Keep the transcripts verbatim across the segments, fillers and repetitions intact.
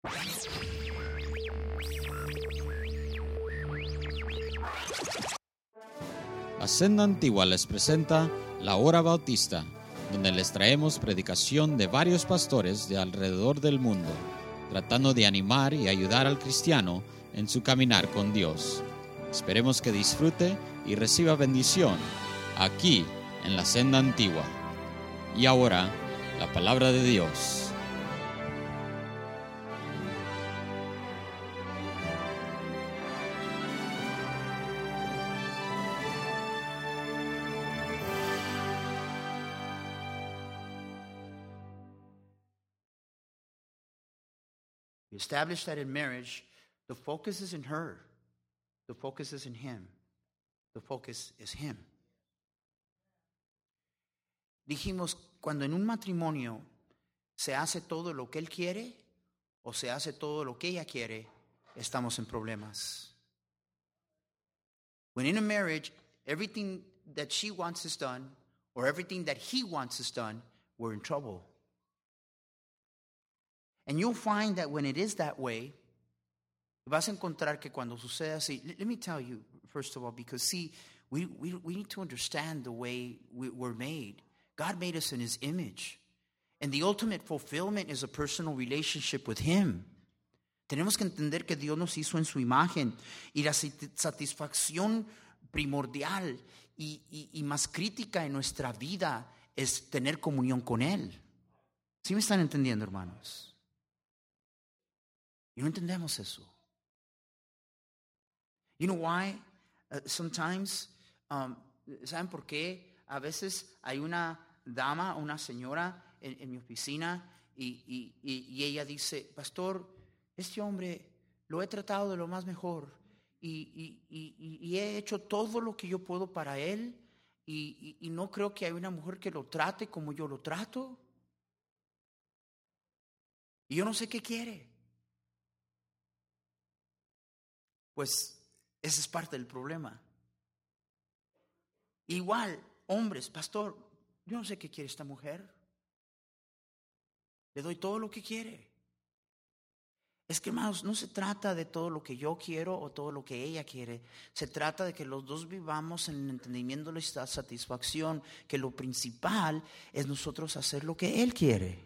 La Senda Antigua les presenta La Hora Bautista, donde les traemos predicación de varios pastores de alrededor del mundo, tratando de animar y ayudar al cristiano en su caminar con Dios. Esperemos que disfrute y reciba bendición aquí en la Senda Antigua. Y ahora, la palabra de Dios. We established that in marriage, the focus isn't her. The focus isn't him. The focus is him. Dijimos, cuando en un matrimonio se hace todo lo que él quiere o se hace todo lo que ella quiere, estamos en problemas. When in a marriage, everything that she wants is done or everything that he wants is done, we're in trouble. And you'll find that when it is that way, vas a encontrar que cuando sucede así, let me tell you, first of all, because see, we, we, we need to understand the way we, we're made. God made us in his image. And the ultimate fulfillment is a personal relationship with him. Tenemos que entender que Dios nos hizo en su imagen y la satisfacción primordial y, y, y más crítica en nuestra vida es tener comunión con él. ¿Sí me están entendiendo, hermanos? Y no entendemos eso. You know why? Uh, sometimes, um, ¿saben por qué? A veces hay una dama, una señora en, en mi oficina y, y, y, y ella dice, pastor, este hombre lo he tratado de lo más mejor y, y, y, y he hecho todo lo que yo puedo para él y, y, y no creo que haya una mujer que lo trate como yo lo trato. Y yo no sé qué quiere. Pues ese es parte del problema. Igual, hombres, pastor, yo no sé qué quiere esta mujer. Le doy todo lo que quiere. Es que, hermanos, no se trata de todo lo que yo quiero o todo lo que ella quiere. Se trata de que los dos vivamos en el entendimiento de la satisfacción, que lo principal es nosotros hacer lo que él quiere.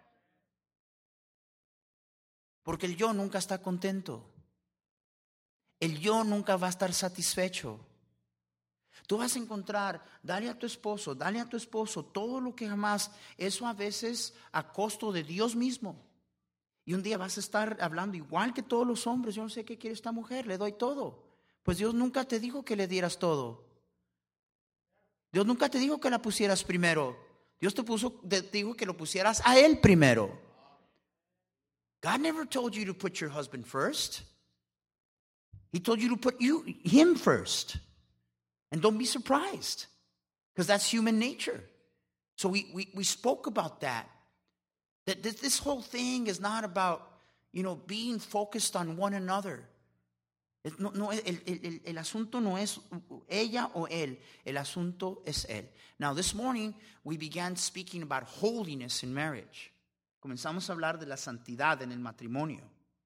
Porque el yo nunca está contento. El yo nunca va a estar satisfecho. Tú vas a encontrar, dale a tu esposo, dale a tu esposo todo lo que jamás, eso a veces a costo de Dios mismo. Y un día vas a estar hablando igual que todos los hombres, yo no sé qué quiere esta mujer, le doy todo. Pues Dios nunca te dijo que le dieras todo. Dios nunca te dijo que la pusieras primero. Dios te puso, te dijo que lo pusieras a él primero. God never told you to put your husband first. He told you to put you, him first. And don't be surprised, because that's human nature. So we, we, we spoke about that. That this whole thing is not about, you know, being focused on one another. No, no, el, el, el asunto no es ella o él. El asunto es él. Now, this morning, we began speaking about holiness in marriage. Comenzamos a hablar de la santidad en el matrimonio.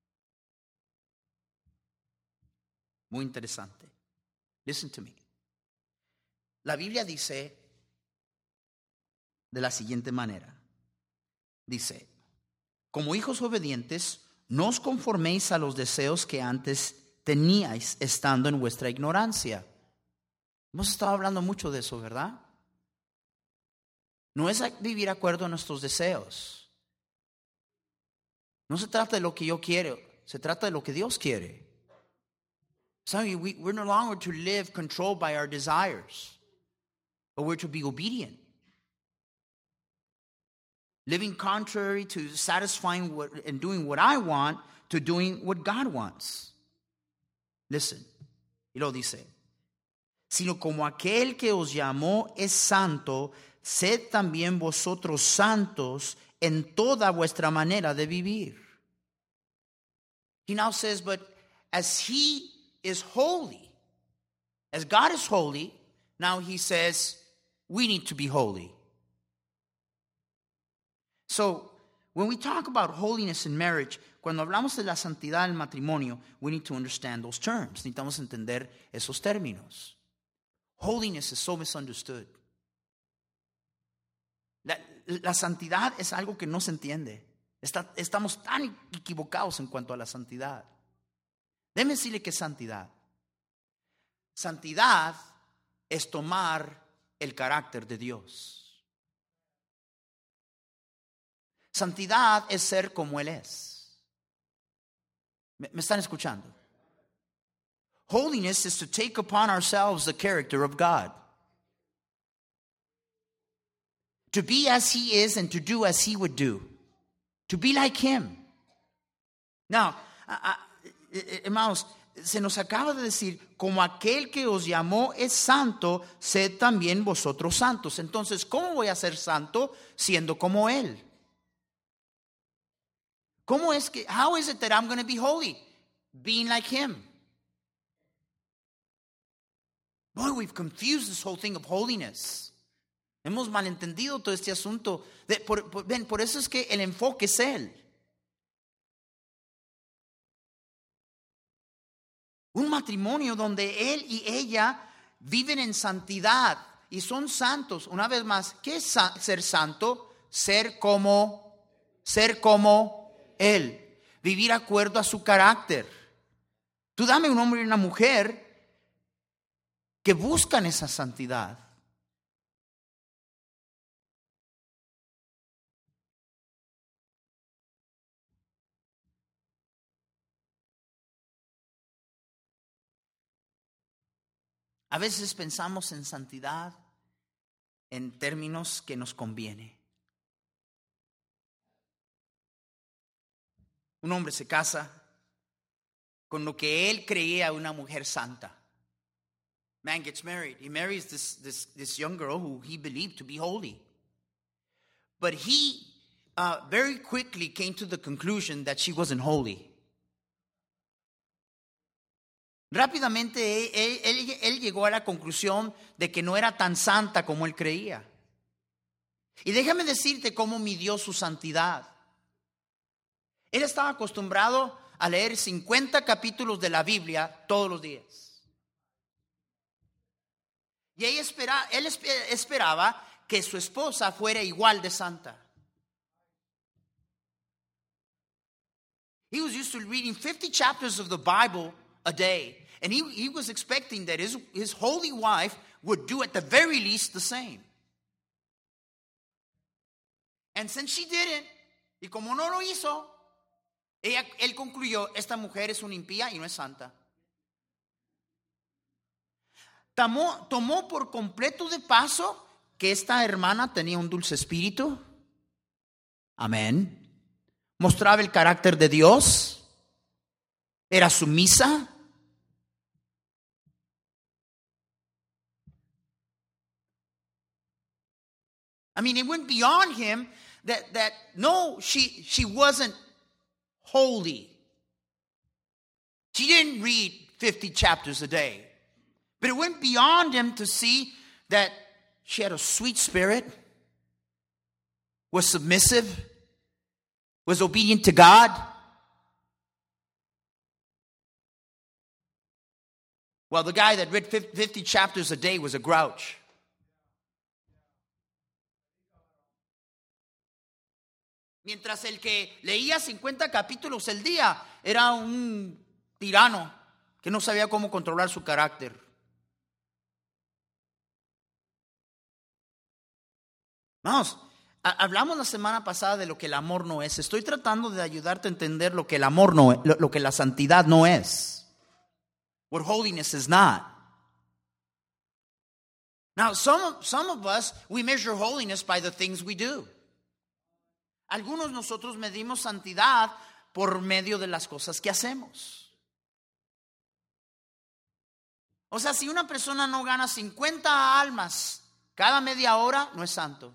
Muy interesante. Listen to me. La Biblia dice de la siguiente manera. Dice, como hijos obedientes, no os conforméis a los deseos que antes teníais estando en vuestra ignorancia. Hemos estado hablando mucho de eso, ¿verdad? No es vivir de acuerdo a nuestros deseos. No se trata de lo que yo quiero, se trata de lo que Dios quiere. So we, we're no longer to live controlled by our desires, but we're to be obedient. Living contrary to satisfying what, and doing what I want to doing what God wants. Listen, y lo dice, sino como aquel que os llamó es santo, sed también vosotros santos en toda vuestra manera de vivir. He now says, but as he is holy, as God is holy, now he says, we need to be holy. So, when we talk about holiness in marriage, cuando hablamos de la santidad del matrimonio, we need to understand those terms. Necesitamos entender esos términos. Holiness is so misunderstood. La, la santidad es algo que no se entiende. Está, estamos tan equivocados en cuanto a la santidad. Déjeme decirle qué es santidad. Santidad es tomar el carácter de Dios. Santidad es ser como Él es. ¿Me, me están escuchando? Holiness is to take upon ourselves the character of God. To be as He is and to do as He would do. To be like Him. Now, uh, uh, hermanos, se nos acaba de decir, como aquel que os llamó es santo, sed también vosotros santos. Entonces, ¿cómo voy a ser santo siendo como Él? ¿Cómo es que, how is it that I'm going to be holy? Being like Him. Boy, we've confused this whole thing of holiness. Hemos malentendido todo este asunto. De, por, por, ven, por eso es que el enfoque es Él. Un matrimonio donde Él y ella viven en santidad y son santos. Una vez más, ¿qué es ser santo? Ser como, ser como Él, vivir de acuerdo a su carácter. Tú dame un hombre y una mujer que buscan esa santidad. A veces pensamos en santidad en términos que nos conviene. Un hombre se casa con lo que él creía una mujer santa. Man gets married. He marries this, this, this young girl who he believed to be holy. But he uh, very quickly came to the conclusion that she wasn't holy. Rápidamente él, él, él llegó a la conclusión de que no era tan santa como él creía. Y déjame decirte cómo midió su santidad. Él estaba acostumbrado a leer cincuenta capítulos de la Biblia todos los días. Y él, espera, él esperaba que su esposa fuera igual de santa. He was used to reading fifty chapters of the Bible a day. And he, he was expecting that his, his holy wife would do at the very least the same. And since she didn't, y como no lo hizo, ella, él concluyó, esta mujer es una impía y no es santa. Tomó, tomó por completo de paso que esta hermana tenía un dulce espíritu. Amén. Mostraba el carácter de Dios. Era sumisa. I mean, it went beyond him that, that no, she, she wasn't holy. She didn't read fifty chapters a day. But it went beyond him to see that she had a sweet spirit, was submissive, was obedient to God. Well, the guy that read fifty chapters a day was a grouch. Mientras el que leía cincuenta capítulos al día era un tirano que no sabía cómo controlar su carácter. Vamos, hablamos la semana pasada de lo que el amor no es. Estoy tratando de ayudarte a entender lo que el amor no es, lo, lo que la santidad no es. What holiness is not. Now, some, some of us, we measure holiness by the things we do. Algunos nosotros medimos santidad por medio de las cosas que hacemos. O sea, si una persona no gana cincuenta almas cada media hora, no es santo.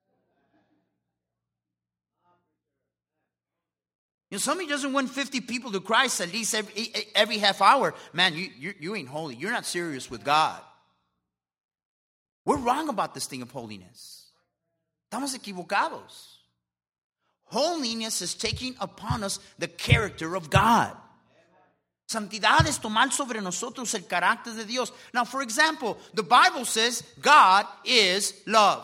You know, somebody doesn't win fifty people to Christ at least every, every half hour. Man, you, you, you ain't holy. You're not serious with God. We're wrong about this thing of holiness. Estamos equivocados. Holiness is taking upon us the character of God. Santidad es tomar sobre nosotros el carácter de Dios. Now, for example, the Bible says God is love.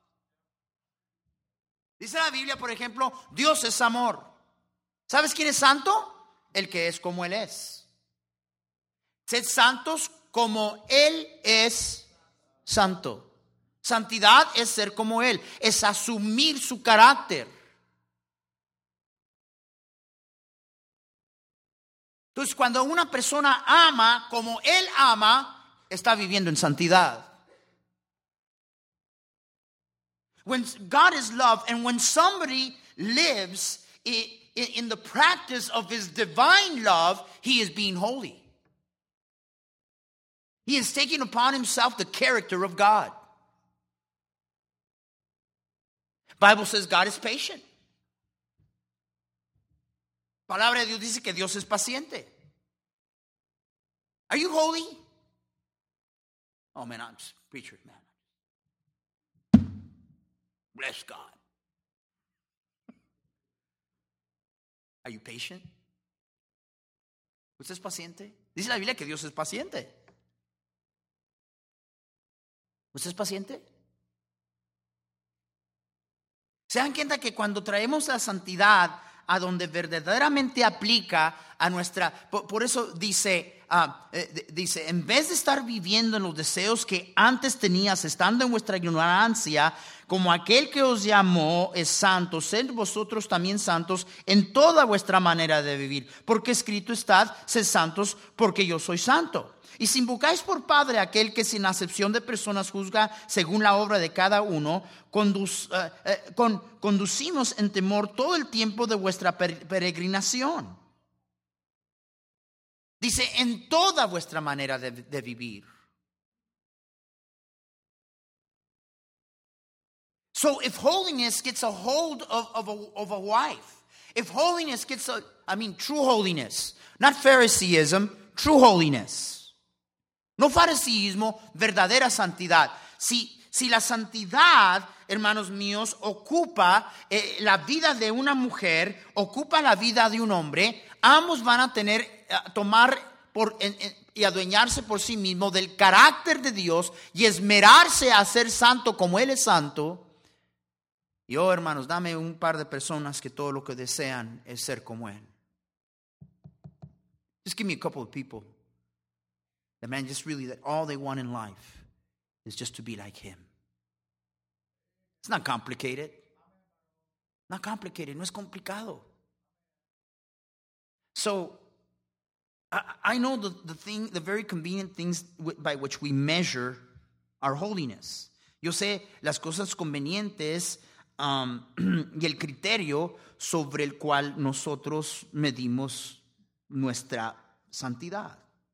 Dice la Biblia, por ejemplo, Dios es amor. ¿Sabes quién es santo? El que es como Él es. Sed santos como Él es santo. Santidad es ser como Él, es asumir su carácter. Entonces, cuando una persona ama como Él ama, está viviendo en santidad. When God is love, and when somebody lives in the practice of His divine love, he is being holy. He is taking upon himself the character of God. Bible says God is patient. Palabra de Dios dice que Dios es paciente. Are you holy? Oh man, I'm just preacher, man. Bless God. Are you patient? ¿Usted es paciente? Dice la Biblia que Dios es paciente. ¿Usted es paciente? ¿Se dan cuenta que cuando traemos la santidad a donde verdaderamente aplica a nuestra... Por, por eso dice, uh, eh, dice, en vez de estar viviendo en los deseos que antes tenías, estando en vuestra ignorancia, como aquel que os llamó es santo, sed vosotros también santos en toda vuestra manera de vivir. Porque escrito está, sed santos porque yo soy santo. Y si invocáis por Padre aquel que sin acepción de personas juzga según la obra de cada uno, conduc- eh, eh, con, conducimos en temor todo el tiempo de vuestra per- peregrinación. Dice, en toda vuestra manera de, de vivir. So if holiness gets a hold of, of, a, of a wife, if holiness gets a, I mean true holiness, not Phariseeism, true holiness. No fariseísmo, verdadera santidad. Si, si la santidad, hermanos míos, ocupa eh, la vida de una mujer, ocupa la vida de un hombre, ambos van a tener, eh, tomar por, en, en, y adueñarse por sí mismos del carácter de Dios y esmerarse a ser santo como Él es santo. Y oh, hermanos, dame un par de personas que todo lo que desean es ser como Él. Just give me a couple of people. That man just really, that all they want in life is just to be like Him. It's not complicated. Not complicated. No es complicado. So, I, I know the, the thing, the very convenient things by which we measure our holiness. Yo sé las cosas convenientes um, y el criterio sobre el cual nosotros medimos nuestra santidad.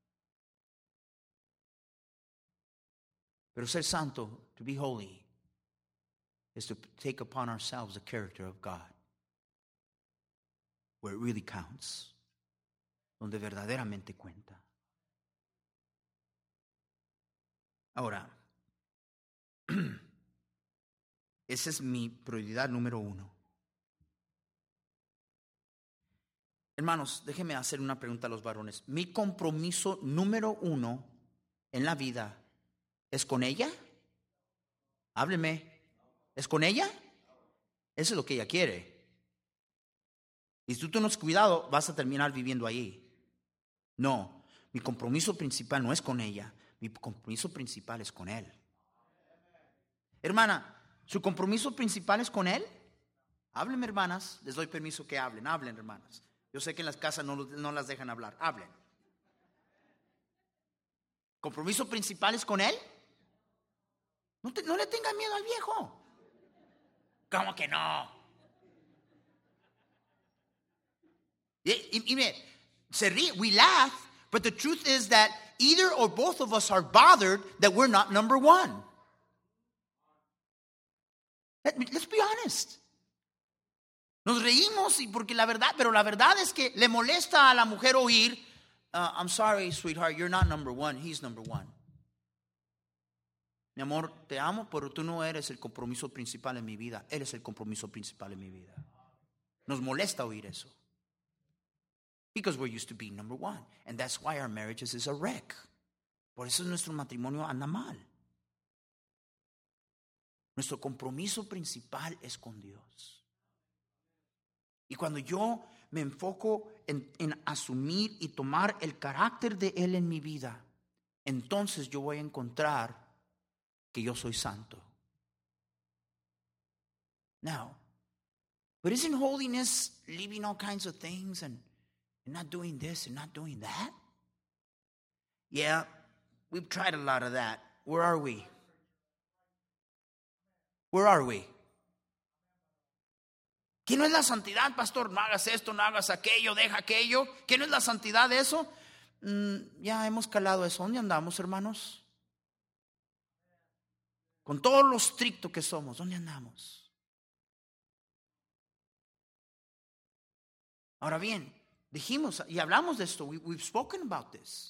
Pero ser santo, to be holy, is to take upon ourselves the character of God. Where it really counts. Donde verdaderamente cuenta. Ahora, esa es mi prioridad número uno. Hermanos, déjenme hacer una pregunta a los varones. Mi compromiso número uno en la vida ¿es con ella? Hábleme. ¿Es con ella? Eso es lo que ella quiere. Y si tú no tienes cuidado, vas a terminar viviendo allí. No, mi compromiso principal no es con ella. Mi compromiso principal es con Él. Hermana, ¿su compromiso principal es con Él? Háblenme, hermanas. Les doy permiso que hablen. Hablen, hermanas. Yo sé que en las casas no, no las dejan hablar. Hablen. ¿Compromiso principal es con Él? No, te, no le tengan miedo al viejo. ¿Cómo que no? Y, y, y mire, se ríe, we laugh, but the truth is that either or both of us are bothered that we're not number one. Let me, let's be honest. Nos reímos y porque la verdad, pero la verdad es que le molesta a la mujer oír, uh, I'm sorry, sweetheart, you're not number one, he's number one. Mi amor, te amo, pero tú no eres el compromiso principal en mi vida. Él es el compromiso principal en mi vida. Nos molesta oír eso. Because we're used to being number one. And that's why our marriages is a wreck. Por eso nuestro matrimonio anda mal. Nuestro compromiso principal es con Dios. Y cuando yo me enfoco en, en asumir y tomar el carácter de Él en mi vida, entonces yo voy a encontrar que yo soy santo. Now, but isn't holiness leaving all kinds of things and, and not doing this and not doing that? Yeah, we've tried a lot of that. Where are we? Where are we? ¿Qué no es la santidad, pastor? No hagas esto, no hagas aquello, deja aquello. ¿Qué no es la santidad de eso? Mm, ya hemos calado eso. ¿Dónde andamos, hermanos? Con todo lo estricto que somos, ¿dónde andamos? Ahora bien, dijimos y hablamos de esto. We, we've spoken about this.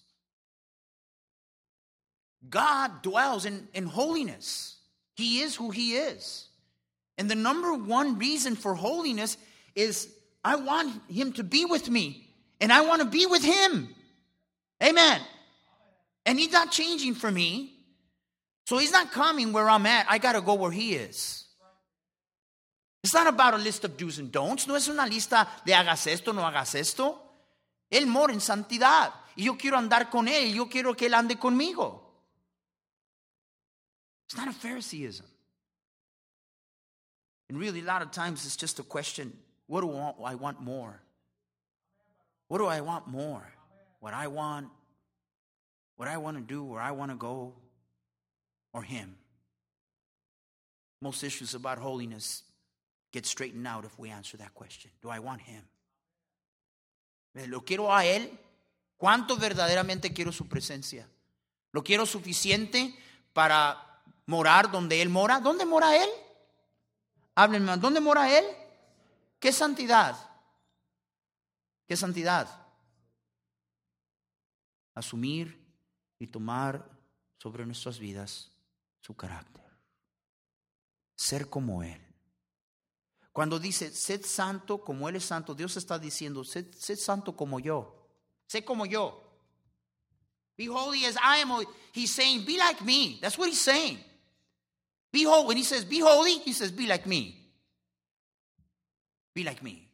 God dwells in, in holiness. He is who He is. And the number one reason for holiness is I want Him to be with me. And I want to be with Him. Amen. And He's not changing for me. So He's not coming where I'm at. I got to go where He is. It's not about a list of do's and don'ts. No es una lista de hagas esto, no hagas esto. Él mora en santidad. Y yo quiero andar con Él. Y yo quiero que Él ande conmigo. It's not a Phariseeism. And really, a lot of times it's just a question, what do I want? I want more. What do I want more? What I want, what I want to do, where I want to go, or Him? Most issues about holiness get straightened out if we answer that question. Do I want Him? ¿Lo quiero a Él? ¿Cuánto verdaderamente quiero su presencia? ¿Lo quiero suficiente para morar donde Él mora? ¿Dónde mora Él? Háblenme, ¿dónde mora Él? ¿Qué santidad? ¿Qué santidad? Asumir y tomar sobre nuestras vidas su carácter. Ser como Él. Cuando dice, sed santo como Él es santo, Dios está diciendo, sed, sed santo como yo. Sé como yo. Be holy as I am holy. He's saying, be like me. That's what He's saying. Be holy. When He says, be holy, He says, be like me. Be like me.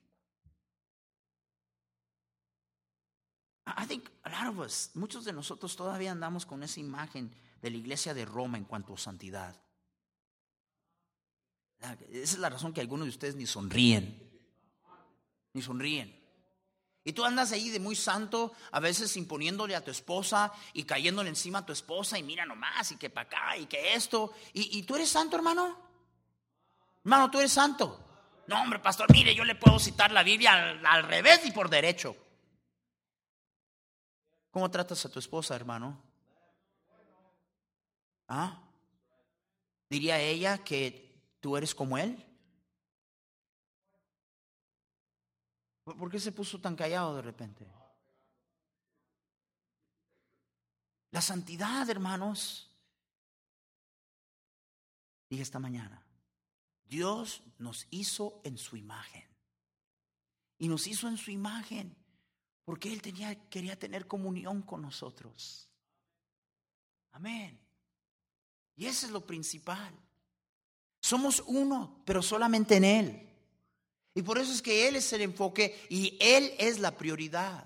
I think a lot of us, muchos de nosotros todavía andamos con esa imagen de la iglesia de Roma en cuanto a santidad. Esa es la razón que algunos de ustedes ni sonríen. Ni sonríen. Y tú andas ahí de muy santo, a veces imponiéndole a tu esposa y cayéndole encima a tu esposa y mira nomás y que para acá y que esto. ¿Y, y tú eres santo, hermano? Hermano, tú eres santo. No, hombre, pastor, mire, yo le puedo citar la Biblia al, al revés y por derecho. ¿Cómo tratas a tu esposa, hermano? ¿Ah? ¿Diría ella que tú eres como Él? ¿Por qué se puso tan callado de repente? La santidad, hermanos. Dije esta mañana, Dios nos hizo en su imagen. Y nos hizo en su imagen porque Él tenía, quería tener comunión con nosotros. Amén. Y eso es lo principal. Somos uno, pero solamente en Él. Y por eso es que Él es el enfoque y Él es la prioridad.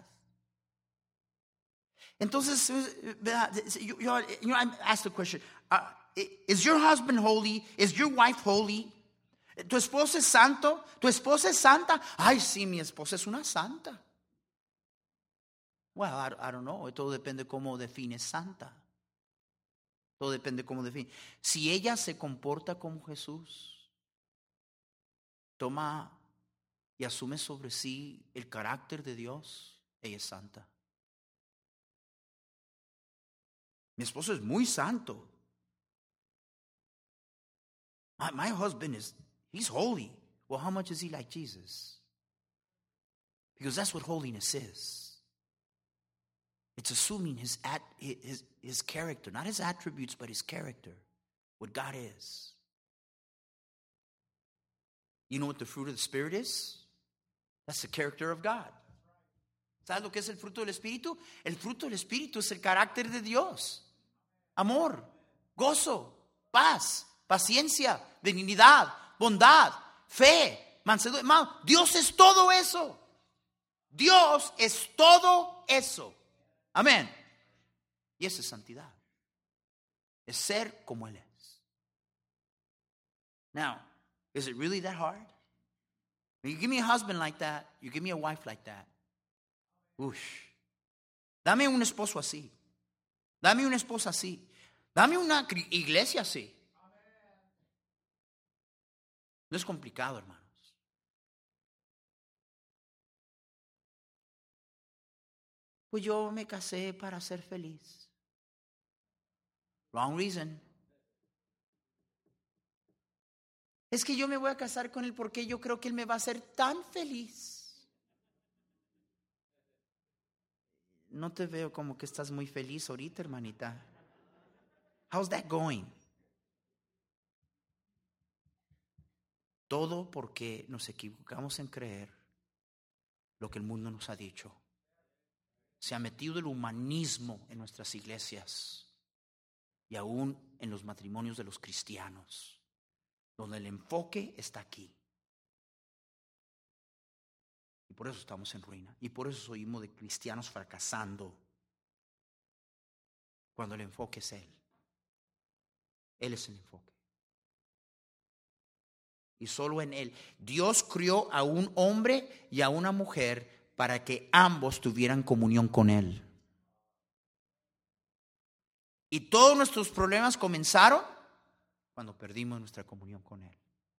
Entonces, you, you know, I asked the question, uh, is your husband holy? Is your wife holy? ¿Tu esposo es santo? ¿Tu esposa es santa? Ay, sí, mi esposa es una santa. Well, I, I don't know. Todo depende cómo defines santa. Todo depende cómo define. Si ella se comporta como Jesús, toma y asume sobre sí el carácter de Dios, ella es santa. Mi esposo es muy santo. My, my husband is, he's holy. Well, how much is he like Jesus? Because that's what holiness is. It's assuming his, at, his, his character, not his attributes, but his character, what God is. You know what the fruit of the Spirit is? That's the character of God. ¿Sabes lo que es el fruto del Espíritu? El fruto del Espíritu es el carácter de Dios. Amor, gozo, paz, paciencia, benignidad, bondad, fe, mansedumbre. Dios es todo eso. Dios es todo eso. Amén. Y esa es santidad. Es ser como Él es. Now, is it really that hard? When you give me a husband like that, you give me a wife like that. Ush. Dame un esposo así. Dame una esposa así. Dame una iglesia así. No es complicado, hermanos. Pues yo me casé para ser feliz. Wrong reason. Es que yo me voy a casar con él porque yo creo que él me va a hacer tan feliz. No te veo como que estás muy feliz ahorita, hermanita. How's that going? Todo porque nos equivocamos en creer lo que el mundo nos ha dicho. Se ha metido el humanismo en nuestras iglesias y aún en los matrimonios de los cristianos, donde el enfoque está aquí. Y por eso estamos en ruina. Y por eso oímos de cristianos fracasando, cuando el enfoque es Él. Él es el enfoque. Y solo en Él. Dios crió a un hombre y a una mujer para que ambos tuvieran comunión con Él. Y todos nuestros problemas comenzaron cuando perdimos nuestra comunión con Él.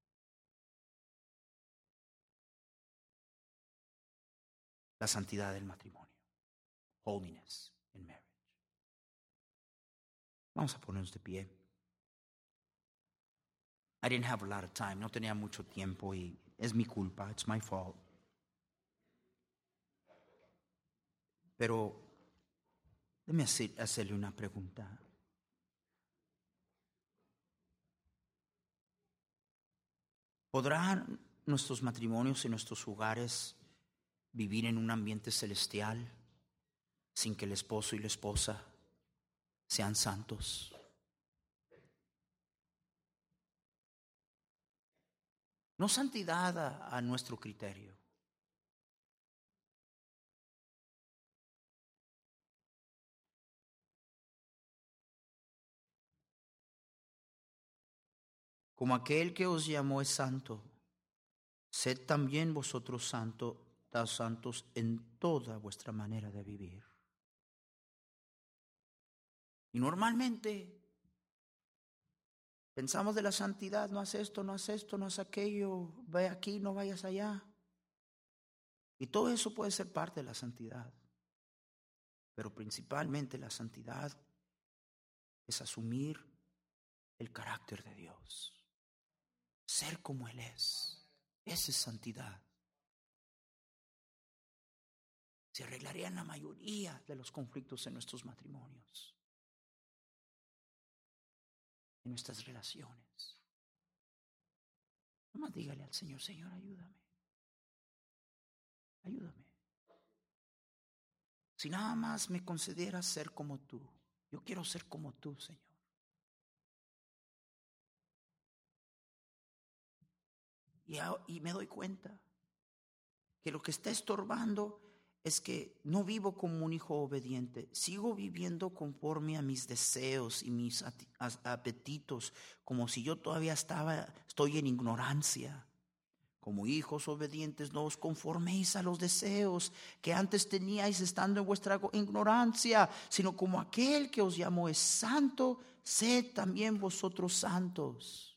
La santidad del matrimonio. Holiness in marriage. Vamos a ponernos de pie. I didn't have a lot of time. No tenía mucho tiempo y es mi culpa. It's my fault. Pero déjeme hacer, hacerle una pregunta. ¿Podrán nuestros matrimonios y nuestros hogares vivir en un ambiente celestial sin que el esposo y la esposa sean santos? No santidad a, a nuestro criterio. Como aquel que os llamó es santo, sed también vosotros santos, santos en toda vuestra manera de vivir. Y normalmente pensamos de la santidad, no haz esto, no haz esto, no haz aquello, ve aquí, no vayas allá. Y todo eso puede ser parte de la santidad. Pero principalmente la santidad es asumir el carácter de Dios. Ser como Él es. Esa es santidad. Se arreglarían la mayoría de los conflictos en nuestros matrimonios, en nuestras relaciones. Nomás dígale al Señor: Señor, ayúdame. Ayúdame. Si nada más me consideras ser como tú, yo quiero ser como tú, Señor. Y, y me doy cuenta que lo que está estorbando es que no vivo como un hijo obediente. Sigo viviendo conforme a mis deseos y mis apetitos, como si yo todavía estaba, estoy en ignorancia. Como hijos obedientes, no os conforméis a los deseos que antes teníais estando en vuestra ignorancia, sino como aquel que os llamó es santo, sed también vosotros santos.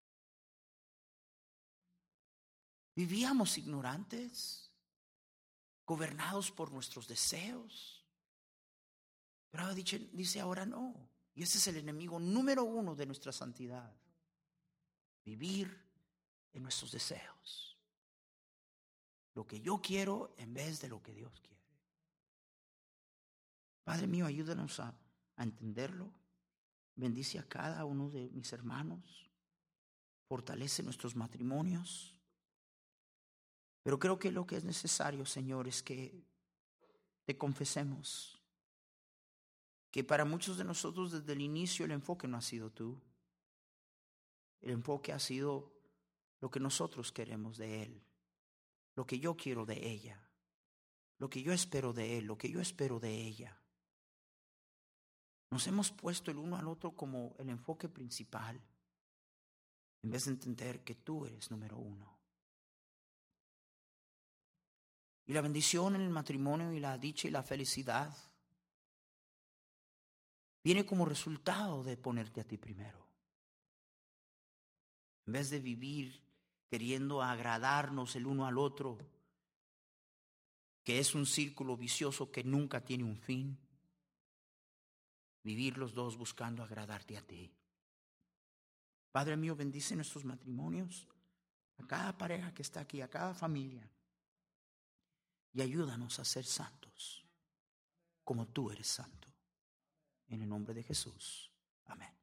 Vivíamos ignorantes, gobernados por nuestros deseos. Pero ahora dice, dice ahora no. Y ese es el enemigo número uno de nuestra santidad. Vivir en nuestros deseos. Lo que yo quiero en vez de lo que Dios quiere. Padre mío, ayúdanos a, a entenderlo. Bendice a cada uno de mis hermanos. Fortalece nuestros matrimonios. Pero creo que lo que es necesario, Señor, es que te confesemos que para muchos de nosotros desde el inicio el enfoque no ha sido tú. El enfoque ha sido lo que nosotros queremos de Él, lo que yo quiero de ella, lo que yo espero de Él, lo que yo espero de ella. Nos hemos puesto el uno al otro como el enfoque principal, en vez de entender que tú eres número uno. Y la bendición en el matrimonio y la dicha y la felicidad viene como resultado de ponerte a ti primero. En vez de vivir queriendo agradarnos el uno al otro, que es un círculo vicioso que nunca tiene un fin, vivir los dos buscando agradarte a ti. Padre mío, bendice nuestros matrimonios, a cada pareja que está aquí, a cada familia, y ayúdanos a ser santos, como tú eres santo. En el nombre de Jesús. Amén.